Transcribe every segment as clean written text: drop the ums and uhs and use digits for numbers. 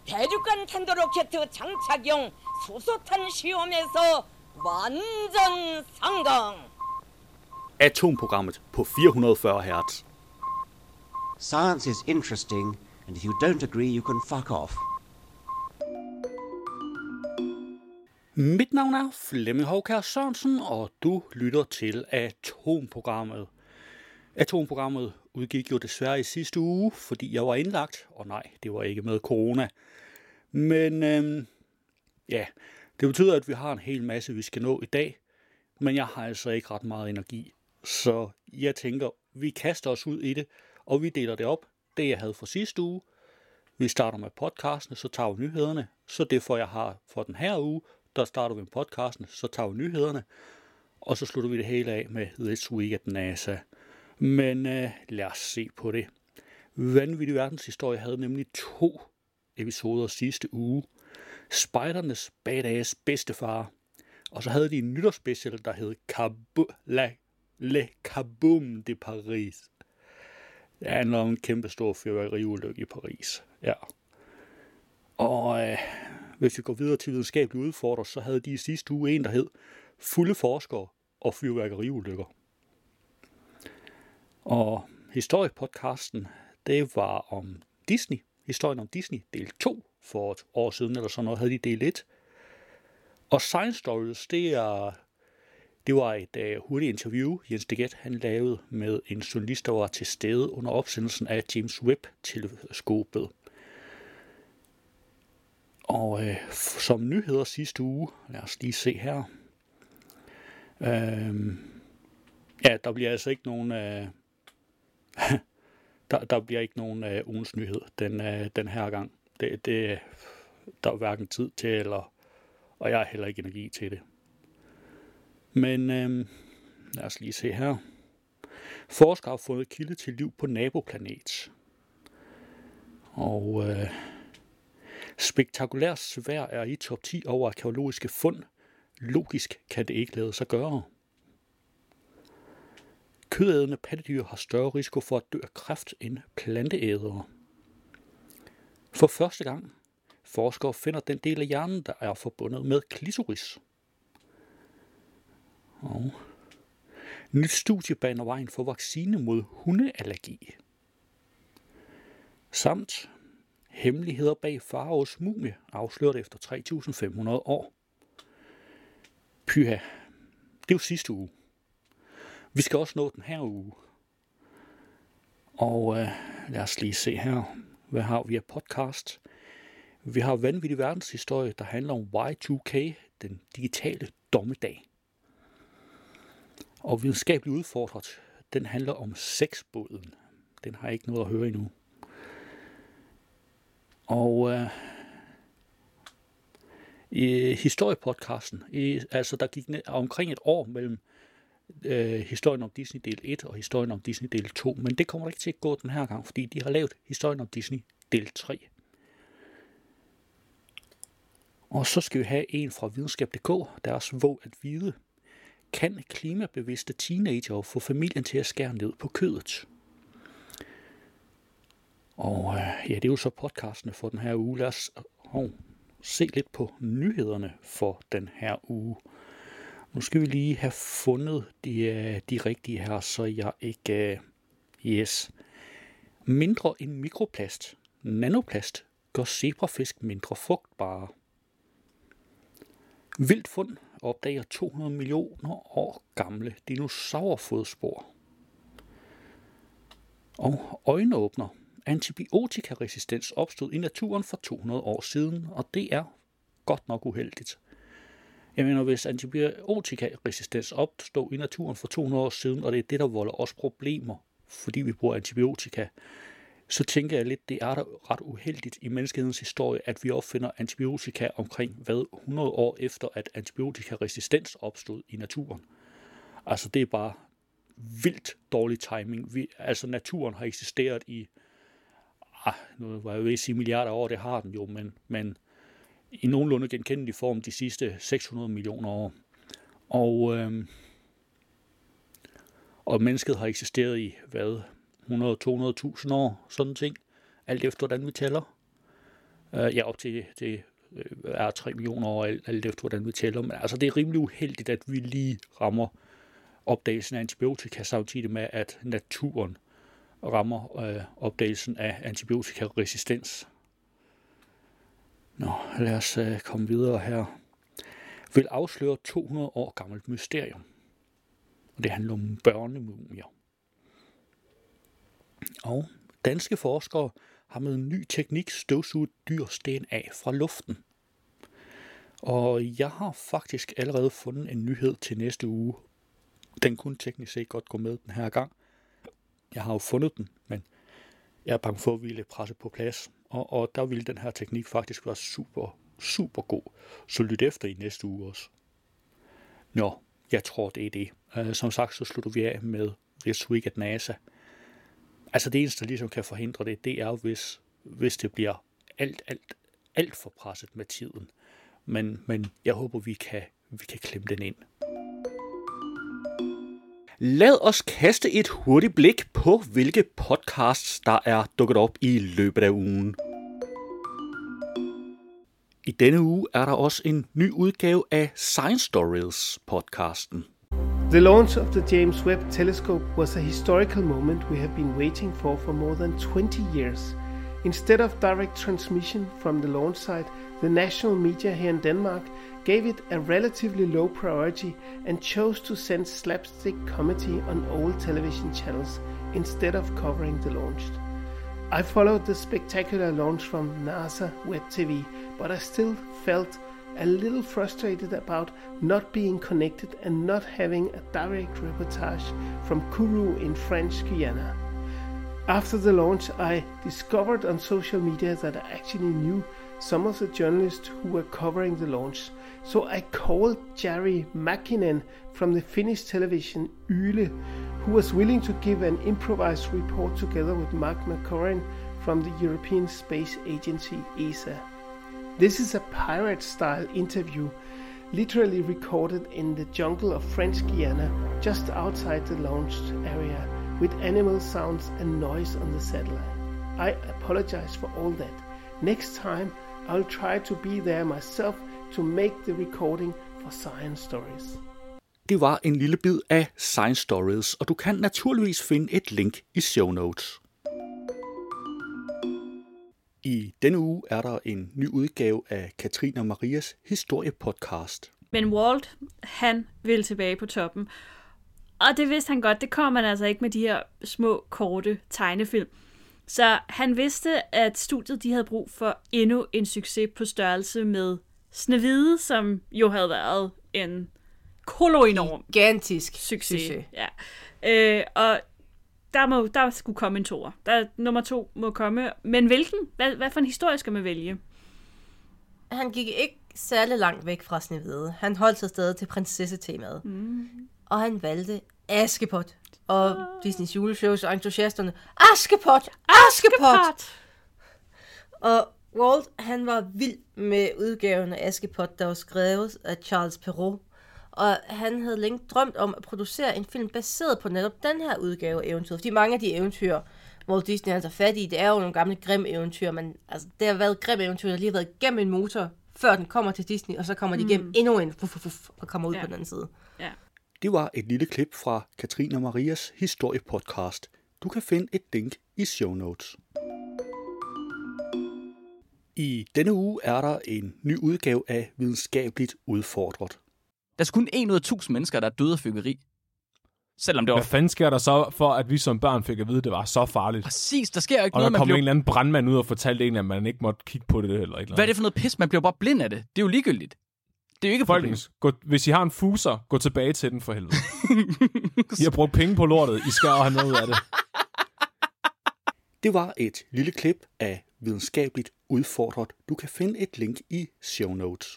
대륙간 탄도로켓 장착용 수소탄 시험에서 완전 성공. Atomprogrammet på 440 Hz. Science is interesting, and if you don't agree, you can fuck off. Mit navn er Flemming Hovkær Sørensen, og du lytter til Atomprogrammet. Atomprogrammet udgik jo desværre i sidste uge, fordi jeg var indlagt, og nej, det var ikke med corona. Men det betyder, at vi har en hel masse, vi skal nå i dag, men jeg har altså ikke ret meget energi. Så jeg tænker, vi kaster os ud i det, og vi deler det op. Det jeg havde for sidste uge. Vi starter med podcasten, så tager vi nyhederne. Så det for jeg har for den her uge, der starter vi med podcasten, så tager vi nyhederne. Og så slutter vi det hele af med This Week at NASA. Men lad os se på det. Vanvittig verdenshistorie havde nemlig 2 episoder sidste uge. Spejdernes badass bedstefar. Og så havde de en nytårsspecial, der hed Le Kaboom de Paris. Det handler om en kæmpe stor fyrværkeriulykke i Paris. Ja. Og hvis vi går videre til videnskabelige udfordrer, så havde de i sidste uge en, der hed Fulde forskere og fyrværkeriulykker. Og historiepodcasten, det var om Disney. Historien om Disney, del 2 for et år siden, eller sådan noget, havde de del 1. Og Science Stories, det var et hurtigt interview, Jens Deget han lavede med en journalist, der var til stede under opsendelsen af James Webb-teleskopet. Og som nyheder sidste uge, lad os lige se her. Der bliver altså ikke nogen... der bliver ikke nogen ugens nyhed den her gang. Der er hverken tid til, og jeg har heller ikke energi til det. Men lad os lige se her. Forskere har fundet kilde til liv på naboplanet. Og spektakulært svær er i top 10 over arkæologiske fund. Logisk kan det ikke lade sig gøre. Kødædende pattedyr har større risiko for at dø af kræft end planteædere. For første gang forskere finder den del af hjernen, der er forbundet med klitoris. Og nyt studie baner vejen for vaccine mod hundeallergi. Samt hemmeligheder bag faraos mumie afsløret efter 3.500 år. Pyha, det er jo sidste uge. Vi skal også nå den her uge. Og lad os lige se her. Hvad har vi af podcast? Vi har vanvittig verdenshistorie, der handler om Y2K, den digitale dommedag. Og videnskabeligt udfordret, den handler om sexbåden. Den har jeg ikke noget at høre endnu. Og i historiepodcasten, der gik omkring et år mellem historien om Disney del 1 og historien om Disney del 2, men det kommer ikke til at gå den her gang, fordi de har lavet historien om Disney del 3. Og så skal vi have en fra videnskab.dk, deres våg at vide. Kan klimabevidste teenager få familien til at skære ned på kødet? Og det er jo så podcastene for den her uge. Lad os se lidt på nyhederne for den her uge. Nu skal vi lige have fundet de rigtige her, så jeg ikke... Mindre end mikroplast. Nanoplast gør zebrafisk mindre frugtbare. Vildt fund opdager 200 millioner år gamle dinosaurfodspor. Og øjenåbner. Antibiotikaresistens opstod i naturen for 200 år siden, og det er godt nok uheldigt. Jeg mener, hvis antibiotikaresistens opstod i naturen for 200 år siden, og det er det, der volder os problemer, fordi vi bruger antibiotika, så tænker jeg lidt, det er da ret uheldigt i menneskehedens historie, at vi opfinder antibiotika omkring 100 år efter, at antibiotikaresistens opstod i naturen. Altså, det er bare vildt dårlig timing. Naturen har eksisteret i, nu var jeg ved at sige milliarder år, det har den jo, men i nogenlunde genkendelig form de sidste 600 millioner år. Og mennesket har eksisteret i, 100-200.000 år, sådan ting, alt efter hvordan vi tæller. Op til det er 3 millioner år, alt efter hvordan vi tæller. Men altså, det er rimelig uheldigt, at vi lige rammer opdagelsen af antibiotika, samtidig med, at naturen rammer opdagelsen af antibiotikaresistens. Nå, lad os komme videre her. Vil afsløre 200 år gammelt mysterium. Og det handler om børnemumier. Og danske forskere har med en ny teknik støvsuget dyrs DNA fra luften. Og jeg har faktisk allerede fundet en nyhed til næste uge. Den kunne teknisk set godt gå med den her gang. Jeg har jo fundet den, men jeg er bange for, at vi ville presse på plads. Og der ville den her teknik faktisk være super, super god. Så lyt efter i næste uge også. Nå, jeg tror, det er det. Som sagt, så slutter vi af med This Week at NASA. Altså det eneste, der ligesom kan forhindre det, det er, hvis det bliver alt for presset med tiden. Men jeg håber, vi kan klemme den ind. Lad os kaste et hurtigt blik på, hvilke podcasts, der er dukket op i løbet af ugen. I denne uge er der også en ny udgave af Science Stories podcasten. The launch of the James Webb Telescope was a historical moment we have been waiting for more than 20 years. Instead of direct transmission from the launch site, the national media here in Denmark gave it a relatively low priority and chose to send slapstick comedy on old television channels instead of covering the launch. I followed the spectacular launch from NASA Web TV, but I still felt a little frustrated about not being connected and not having a direct reportage from Kourou in French Guiana. After the launch, I discovered on social media that I actually knew some of the journalists who were covering the launch. So I called Jari Mäkinen from the Finnish television Yle, who was willing to give an improvised report together with Mark McCorrin from the European Space Agency ESA. This is a pirate-style interview, literally recorded in the jungle of French Guiana, just outside the launch area, with animal sounds and noise on the satellite. I apologize for all that. Next time, I'll try to be there myself to make the recording for Science Stories. Det var en lille bid af Science Stories, og du kan naturligvis finde et link i show notes. I denne uge er der en ny udgave af Katrine og Marias historiepodcast. Men Walt, han vil tilbage på toppen. Og det vidste han godt, det kom man altså ikke med de her små, korte tegnefilm. Så han vidste, at studiet de havde brug for endnu en succes på størrelse med Snehvide, som jo havde været en koloenorm gigantisk succes. Ja. Og der skulle komme en toer. Nummer 2 må komme. Men hvilken? Hvad for en historie skal man vælge? Han gik ikke særlig langt væk fra Snehvide. Han holdt sig stadig til prinsessetemaet. Og han valgte Askepot. Og Disneys juleshows og entusiasterne. Askepot! Askepot! Og Walt, han var vild med udgaven af Askepot, der var skrevet af Charles Perrault. Og han havde længe drømt om at producere en film baseret på netop den her udgave af eventyret. Fordi mange af de eventyr, Walt Disney altså fat i, det er jo nogle gamle Grimm-eventyr, men altså, det har været Grimm-eventyr, der lige har været gennem en motor, før den kommer til Disney, og så kommer de igennem endnu en, og kommer ud på den anden side. Ja. Det var et lille klip fra Katrine og Marias historiepodcast. Du kan finde et link i show notes. I denne uge er der en ny udgave af Videnskabeligt Udfordret. Der er kun 1 ud af 1000 mennesker, der er døde af fyrværkeri. Selvom det var... Hvad fanden sker der så for, at vi som børn fik at vide, at det var så farligt? Præcis, der sker ikke og noget, der kom en eller anden brandmand ud og fortalte en, at man ikke måtte kigge på det eller et eller andet. Hvad er det for noget pis? Man bliver bare blind af det. Det er jo ligegyldigt. Det er jo ikke et problem. Hvis I har en fuser, gå tilbage til den for helvede. I har brugt penge på lortet. I skal have noget ud af det. Det var et lille klip af Videnskabeligt Udfordret. Du kan finde et link i show notes.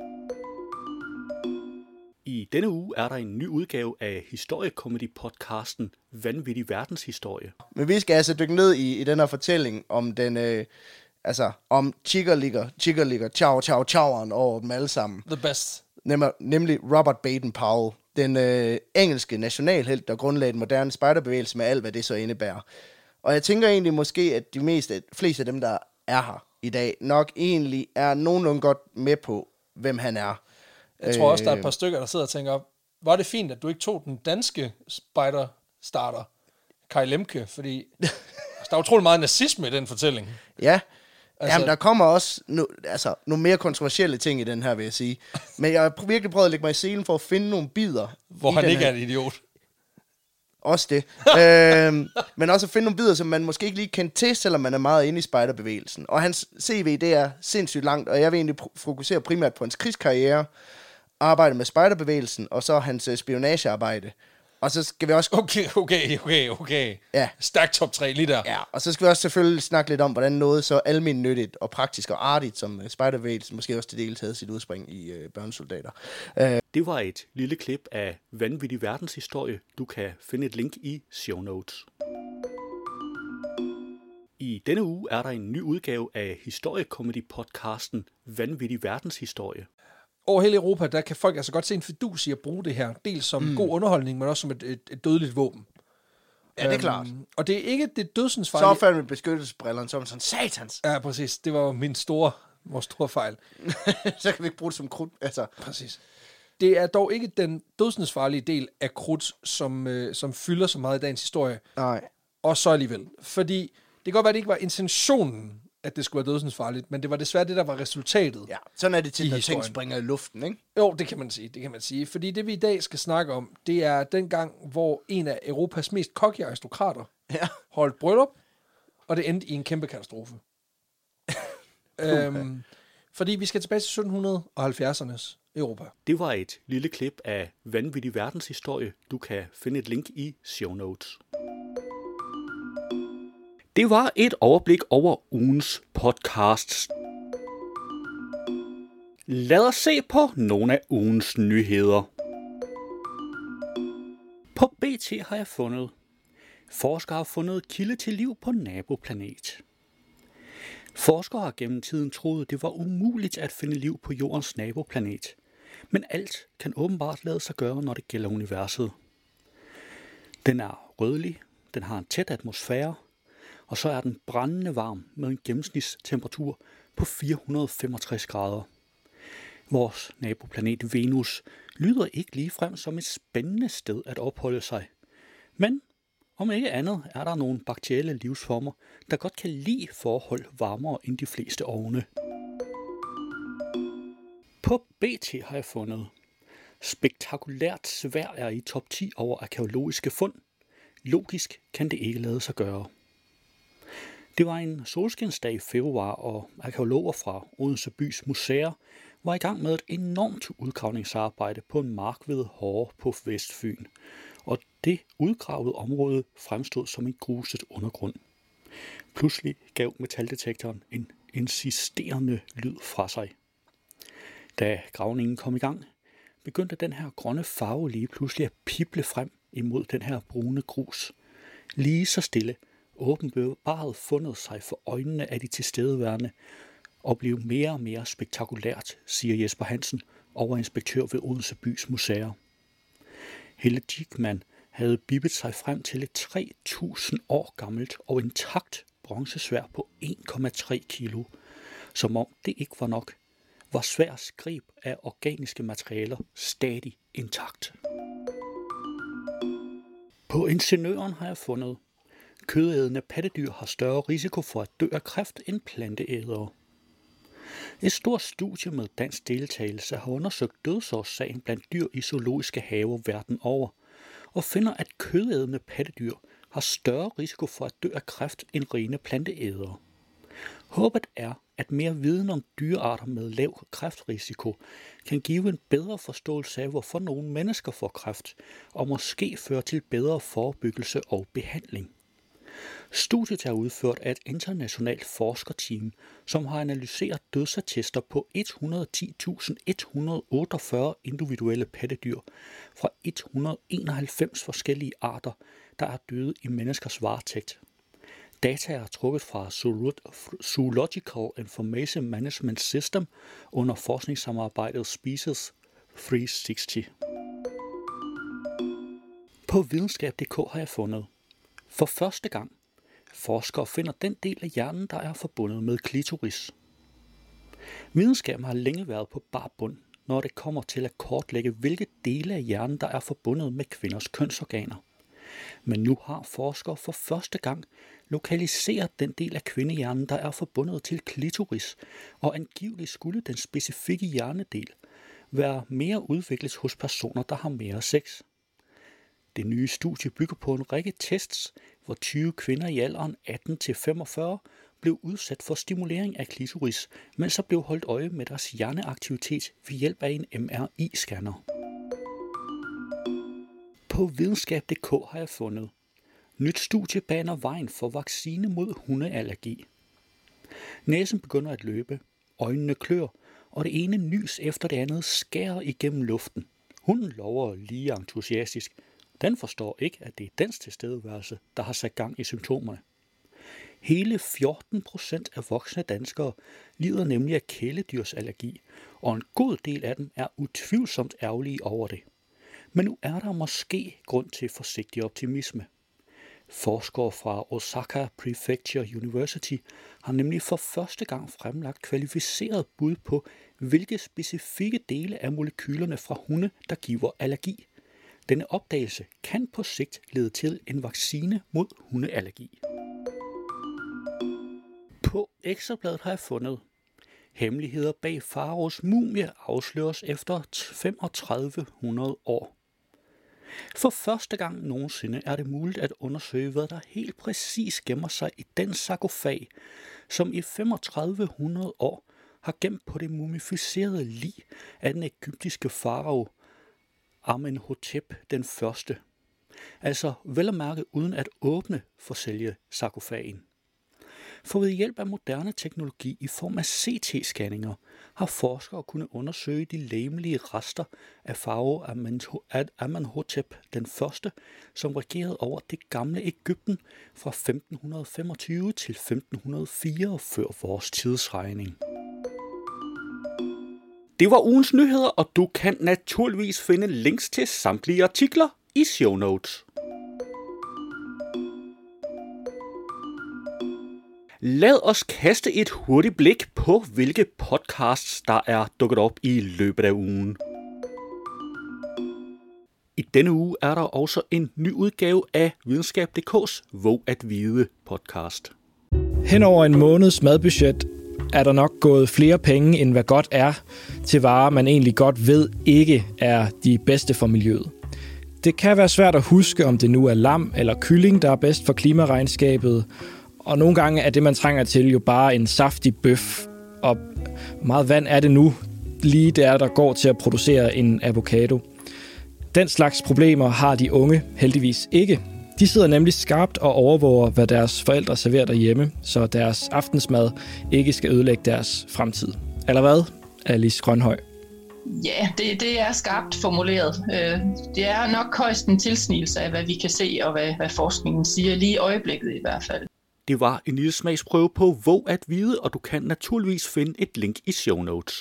I denne uge er der en ny udgave af historiekomedy-podcasten Vanvittig Verdenshistorie. Men vi skal altså dykke ned i den her fortælling om den, om Chickerligger, Choweren over dem alle sammen. The best. Nemlig Robert Baden-Powell, den engelske nationalhelt, der grundlagde den moderne spejderbevægelse med alt, hvad det så indebærer. Og jeg tænker egentlig måske, at de fleste af dem, der er her, i dag, nok egentlig er nogenlunde godt med på, hvem han er. Jeg tror også, der er et par stykker, der sidder og tænker, var det fint, at du ikke tog den danske spider-starter, Kai Lemke, fordi der er utrolig meget nazisme i den fortælling. Ja, altså, jamen der kommer også nogle mere kontroversielle ting i den her, vil jeg sige. Men jeg har virkelig prøvet at lægge mig i selen for at finde nogle bidder. Hvor han ikke er en idiot. Også det. Men også at finde nogle bidder, som man måske ikke lige kendte til, selvom man er meget inde i spejderbevægelsen. Og hans CV, det er sindssygt langt, og jeg vil egentlig fokusere primært på hans krigskarriere, arbejde med spejderbevægelsen, og så hans spionagearbejde. Og så skal vi også... Okay. Ja. Stærk top 3 lige der. Ja, og så skal vi også selvfølgelig snakke lidt om, hvordan noget så almennyttigt og praktisk og artigt, som spejderbevægelsen måske også til dels havde sit udspring i børnesoldater. Det var et lille klip af Vanvittig verdenshistorie. Du kan finde et link i show notes. I denne uge er der en ny udgave af historiekomedy-podcasten Vanvittig verdenshistorie. Over hele Europa, der kan folk altså godt se en fidus i at bruge det her. Dels som god underholdning, men også som et dødeligt våben. Ja, det er klart. Og det er ikke det dødsensfarlige... Så fandt med beskyttelsesbrillerne, som sådan satans. Ja, præcis. Det var vores store fejl. Så kan vi ikke bruge det som krudt. Altså. Præcis. Det er dog ikke den dødsensfarlige del af krudt, som fylder så meget i dagens historie. Nej. Og så alligevel. Fordi det kan godt være, at det ikke var intentionen, at det skulle være dødsensfarligt, men det var desværre det, der var resultatet. Ja, sådan er det til, når ting springer i luften, ikke? Jo, det kan man sige. Fordi det, vi i dag skal snakke om, det er den gang, hvor en af Europas mest cocky aristokrater holdt bryllup, og det endte i en kæmpe katastrofe. Fordi vi skal tilbage til 1770'ernes Europa. Det var et lille klip af Vanvittig verdenshistorie. Du kan finde et link i show notes. Det var et overblik over ugens podcasts. Lad os se på nogle af ugens nyheder. På BT har jeg fundet: forskere har fundet kilde til liv på naboplanet. Forskere har gennem tiden troet, det var umuligt at finde liv på jordens naboplanet. Men alt kan åbenbart lade sig gøre, når det gælder universet. Den er rødlig, den har en tæt atmosfære, og så er den brændende varm med en gennemsnitstemperatur på 465 grader. Vores naboplanet Venus lyder ikke ligefrem som et spændende sted at opholde sig. Men om ikke andet er der nogle bakterielle livsformer, der godt kan lide forhold varmere end de fleste ovne. På BT har jeg fundet: spektakulært sværd er i top 10 over arkæologiske fund. Logisk kan det ikke lade sig gøre. Det var en solskinsdag i februar, og arkæologer fra Odense Bys museer var i gang med et enormt udgravningsarbejde på en mark ved Håre på Vestfyn. Og det udgravede område fremstod som en gruset undergrund. Pludselig gav metaldetektoren en insisterende lyd fra sig. Da gravningen kom i gang, begyndte den her grønne farve lige pludselig at pible frem imod den her brune grus. Lige så stille åbenbarede fundet sig for øjnene af de tilstedeværende og blev mere og mere spektakulært, siger Jesper Hansen, overinspektør ved Odense Bys museer. Helle Diekmann havde bippet sig frem til et 3.000 år gammelt og intakt bronzesværd på 1,3 kilo. Som om det ikke var nok, var sværds greb af organiske materialer stadig intakt. På Ingeniøren har jeg fundet: kødædende pattedyr har større risiko for at dø af kræft end planteædere. Et stort studie med dansk deltagelse har undersøgt dødsårsagen blandt dyr i zoologiske haver verden over, og finder, at kødædende pattedyr har større risiko for at dø af kræft end rene planteædere. Håbet er, at mere viden om dyrearter med lav kræftrisiko kan give en bedre forståelse af, hvorfor nogle mennesker får kræft, og måske føre til bedre forebyggelse og behandling. Studiet er udført af et internationalt forskerteam, som har analyseret dødsattester på 110.148 individuelle pattedyr fra 191 forskellige arter, der er døde i menneskers varetægt. Data er trukket fra Zoological Information Management System under forskningssamarbejdet Species 360. På videnskab.dk har jeg fundet: for første gang: Forskere finder den del af hjernen, der er forbundet med klitoris. Videnskaben har længe været på bar bund, når det kommer til at kortlægge, hvilke dele af hjernen, der er forbundet med kvinders kønsorganer. Men nu har forskere for første gang lokaliseret den del af kvindehjernen, der er forbundet til klitoris, og angiveligt skulle den specifikke hjernedel være mere udviklet hos personer, der har mere sex. Det nye studie bygger på en række tests, hvor 20 kvinder i alderen 18-45 blev udsat for stimulering af klitoris, mens der blev holdt øje med deres hjerneaktivitet ved hjælp af en MRI-scanner. På videnskab.dk har jeg fundet: nyt studie baner vejen for vaccine mod hundeallergi. Næsen begynder at løbe, øjnene klør, og det ene nys efter det andet skærer igennem luften. Hunden lover lige entusiastisk. Den forstår ikke, at det er dens tilstedeværelse, der har sat gang i symptomerne. Hele 14% af voksne danskere lider nemlig af kæledyrsallergi, og en god del af dem er utvivlsomt ærgerlige over det. Men nu er der måske grund til forsigtig optimisme. Forskere fra Osaka Prefecture University har nemlig for første gang fremlagt kvalificeret bud på, hvilke specifikke dele af molekylerne fra hunde, der giver allergi. Denne opdagelse kan på sigt lede til en vaccine mod hundeallergi. På Ekstrabladet har jeg fundet: hemmeligheder bag faraos mumie afsløres efter 3500 år. For første gang nogensinde er det muligt at undersøge, hvad der helt præcis gemmer sig i den sarkofag, som i 3500 år har gemt på det mumificerede lig af den egyptiske farao Amenhotep den første. Altså vel at mærke uden at åbne for selve sarkofagen. For ved hjælp af moderne teknologi i form af CT-scanninger har forskere kunnet undersøge de legemlige rester af farao Amenhotep den første, som regerede over det gamle Egypten fra 1525 til 1504 før vores tidsregning. Det var ugens nyheder, og du kan naturligvis finde links til samtlige artikler i show notes. Lad os kaste et hurtigt blik på, hvilke podcasts, der er dukket op i løbet af ugen. I denne uge er der også en ny udgave af Videnskab.dk's Våg at Vide podcast. Hen over en måneds madbudget er der nok gået flere penge, end hvad godt er, til varer, man egentlig godt ved ikke er de bedste for miljøet. Det kan være svært at huske, om det nu er lam eller kylling, der er bedst for klimaregnskabet, og nogle gange er det, man trænger til, jo bare en saftig bøf. Og meget vand er det nu, lige der går til at producere en avocado. Den slags problemer har de unge heldigvis ikke. De sidder nemlig skarpt og overvåger, hvad deres forældre serverer derhjemme, så deres aftensmad ikke skal ødelægge deres fremtid. Eller hvad, Alice Grønhøj? Ja, det er skarpt formuleret. Det er nok højst en tilsnigelse af, hvad vi kan se, og hvad forskningen siger, lige i øjeblikket i hvert fald. Det var en lille smagsprøve på Våg at Vide, og du kan naturligvis finde et link i show notes.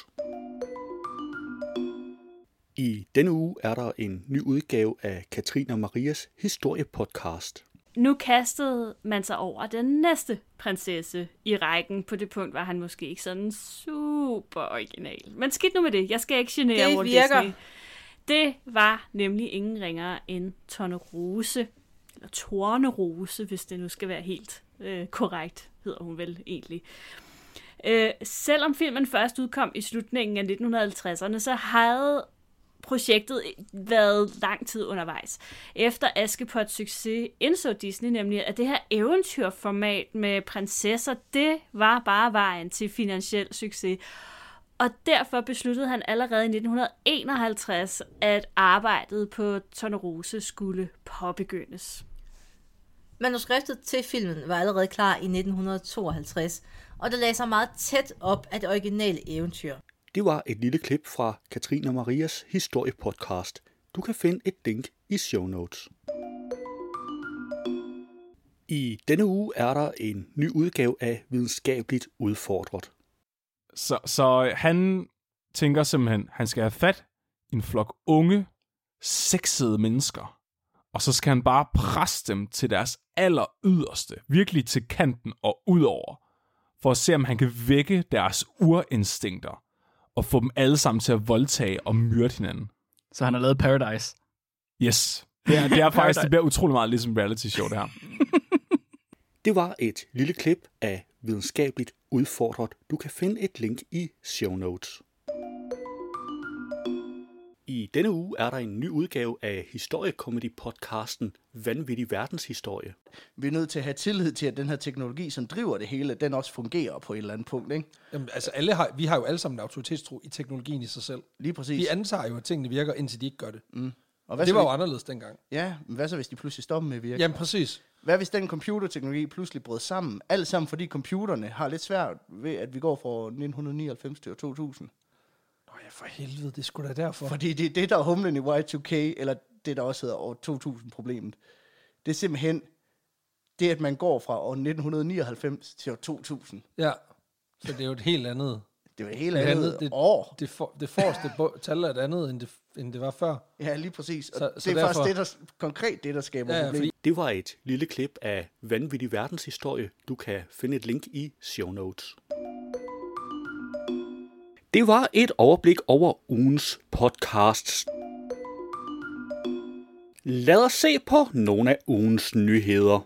I denne uge er der en ny udgave af Katrine og Marias historiepodcast. Nu kastede man sig over den næste prinsesse i rækken. På det punkt var han måske ikke sådan super original. Men skidt nu med det. Jeg skal ikke genere Walt Disney. Det var nemlig ingen ringere end Tornerose. Eller Tornerose, hvis det nu skal være helt korrekt, hedder hun vel egentlig. Selvom filmen først udkom i slutningen af 1950'erne, så havde projektet været lang tid undervejs. Efter Askepots succes indså Disney nemlig, at det her eventyrformat med prinsesser, det var bare vejen til finansiel succes. Og derfor besluttede han allerede i 1951, at arbejdet på Tornerose skulle påbegyndes. Manuskriptet til filmen var allerede klar i 1952, og det lagde sig meget tæt op af det originale eventyr. Det var et lille klip fra Katrine og Marias historiepodcast. Du kan finde et link i show notes. I denne uge er der en ny udgave af Videnskabeligt Udfordret. Så han tænker simpelthen, han skal have fat i en flok unge, sexede mennesker og så skal han bare presse dem til deres aller yderste, virkelig til kanten og udover, for at se, om han kan vække deres urinstinkter og få dem alle sammen til at voldtage og myrde hinanden. Så han har lavet Paradise. Yes. Det er faktisk, det bliver utrolig meget ligesom reality show, det her. Det var et lille klip af Videnskabeligt Udfordret. Du kan finde et link i show notes. I denne uge er der en ny udgave af historiekomedy-podcasten Vanvittig Verdenshistorie. Vi er nødt til at have tillid til, at den her teknologi, som driver det hele, den også fungerer på et eller andet punkt, ikke? Jamen, altså vi har jo alle sammen en autoritetstro i teknologien i sig selv. Lige præcis. Vi antager jo, at tingene virker, indtil de ikke gør det. Mm. Og det var jo anderledes dengang. Ja, men hvad så, hvis de pludselig stopper med at virke? Jamen, præcis. Hvad hvis den computerteknologi pludselig brød sammen? Alt sammen, fordi computerne har lidt svært ved, at vi går fra 1999 til 2000. Nå ja, for helvede, det er sgu da derfor. Fordi det er det, der er humlen i Y2K, eller det, der også hedder år 2000-problemet. Det er simpelthen det, at man går fra år 1999 til år 2000. Ja, så det er jo et helt andet... Det var et helt andet år. Det forreste tal er et andet, end det var før. Ja, lige præcis. Og så det er derfor... faktisk konkret det, der skaber problemer. Fordi... Det var et lille klip af Vanvittig Verdenshistorie. Du kan finde et link i show notes. Det var et overblik over ugens podcasts. Lad os se på nogle af ugens nyheder.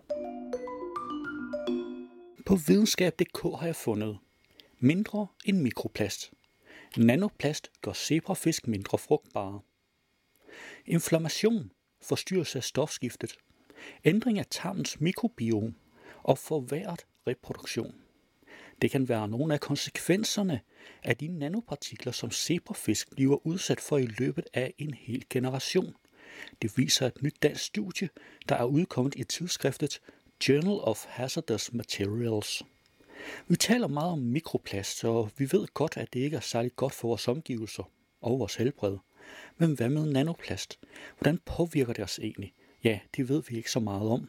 På videnskab.dk har jeg fundet mindre end mikroplast. Nanoplast gør zebrafisk mindre frugtbare. Inflammation, forstyrrelse af stofskiftet, ændring af tarmens mikrobiom og forværret reproduktion. Det kan være nogle af konsekvenserne af de nanopartikler, som zebrafisk bliver udsat for i løbet af en hel generation. Det viser et nyt dansk studie, der er udkommet i tidsskriftet Journal of Hazardous Materials. Vi taler meget om mikroplast, og vi ved godt, at det ikke er særlig godt for vores omgivelser og vores helbred. Men hvad med nanoplast? Hvordan påvirker det os egentlig? Ja, det ved vi ikke så meget om.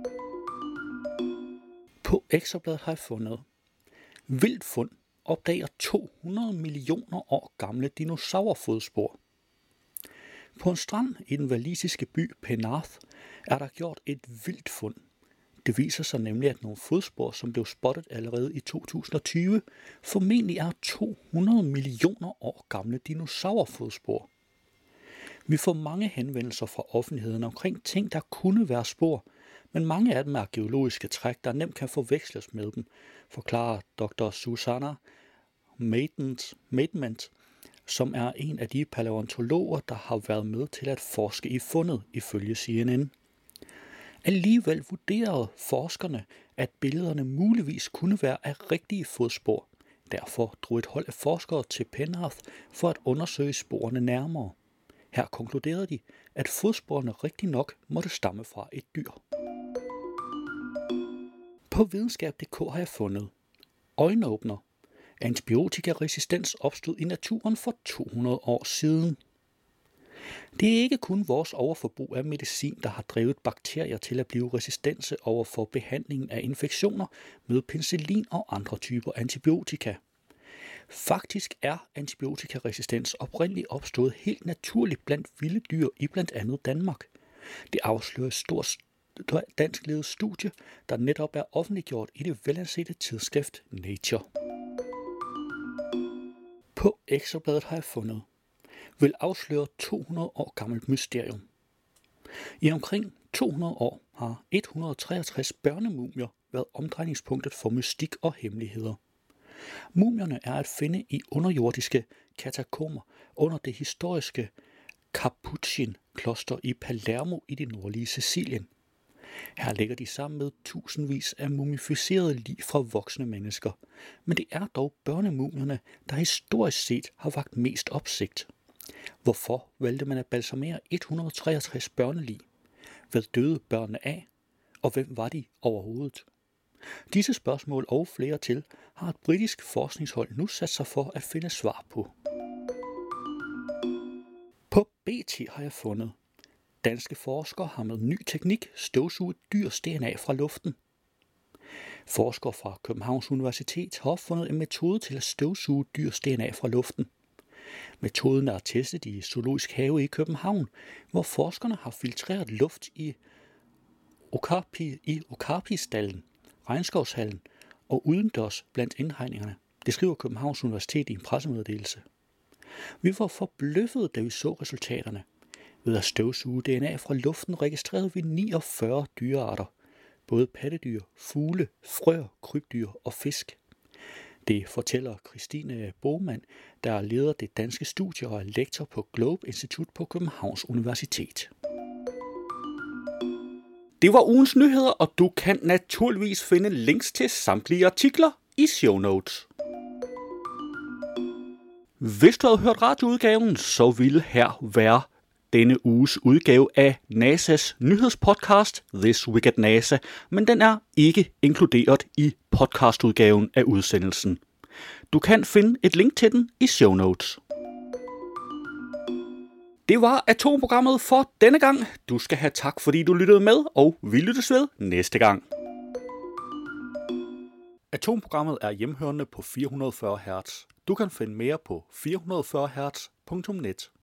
På Ekstrabladet har jeg fundet vildt fund opdager 200 millioner år gamle dinosaurfodspor. På en strand i den walisiske by Penarth er der gjort et vildt fund. Det viser sig nemlig, at nogle fodspor, som blev spottet allerede i 2020, formentlig er 200 millioner år gamle dinosaurfodspor. Vi får mange henvendelser fra offentligheden omkring ting, der kunne være spor, men mange af dem er geologiske træk, der nemt kan forveksles med dem, forklarer Dr. Susanna Maidment, som er en af de palæontologer, der har været med til at forske i fundet, ifølge CNN. Alligevel vurderede forskerne, at billederne muligvis kunne være af rigtige fodspor. Derfor drog et hold af forskere til Penarth for at undersøge sporene nærmere. Her konkluderede de, at fodsporene rigtig nok måtte stamme fra et dyr. På videnskab.dk har jeg fundet øjenåbner. Antibiotikaresistens opstod i naturen for 200 år siden. Det er ikke kun vores overforbrug af medicin, der har drevet bakterier til at blive resistente over for behandlingen af infektioner med penicillin og andre typer antibiotika. Faktisk er antibiotikaresistens oprindeligt opstået helt naturligt blandt vilde dyr i blandt andet Danmark. Det afslører et stort danskledet studie, der netop er offentliggjort i det velansete tidsskrift Nature. På Ekstrabladet har jeg fundet vil afsløre 200 år gammelt mysterium. I omkring 200 år har 163 børnemumier været omdrejningspunktet for mystik og hemmeligheder. Mumierne er at finde i underjordiske katakomber under det historiske Capuchin-kloster i Palermo i det nordlige Sicilien. Her ligger de sammen med tusindvis af mumificerede lig fra voksne mennesker, men det er dog børnemumierne, der historisk set har vakt mest opsigt. Hvorfor valgte man at balsamere 163 børnelig? Hvad døde børnene af? Og hvem var de overhovedet? Disse spørgsmål og flere til har et britisk forskningshold nu sat sig for at finde svar på. På BT har jeg fundet. Danske forskere har med ny teknik støvsuget dyrs DNA fra luften. Forskere fra Københavns Universitet har opfundet en metode til at støvsuge dyrs DNA fra luften. Metoden er testet i Zoologisk Have i København, hvor forskerne har filtreret luft i Okapi-stallen, regnskovshallen og udendørs blandt indhegningerne. Det skriver Københavns Universitet i en pressemeddelelse. Vi var forbløffet, da vi så resultaterne. Ved at støvsuge DNA fra luften registrerede vi 49 dyrearter. Både pattedyr, fugle, frøer, krybdyr og fisk. Det fortæller Christine Bohmann, der er leder det danske studie og er lektor på Globe Institut på Københavns Universitet. Det var ugens nyheder, og du kan naturligvis finde links til samtlige artikler i show notes. Hvis du havde hørt radioudgaven, så ville her være denne uges udgave af NASA's nyhedspodcast This Week at NASA, men den er ikke inkluderet i podcastudgaven af udsendelsen. Du kan finde et link til den i show notes. Det var Atomprogrammet for denne gang. Du skal have tak, fordi du lyttede med, og vi lyttes ved næste gang. Atomprogrammet er hjemhørende på 440 Hz. Du kan finde mere på 440hz.net.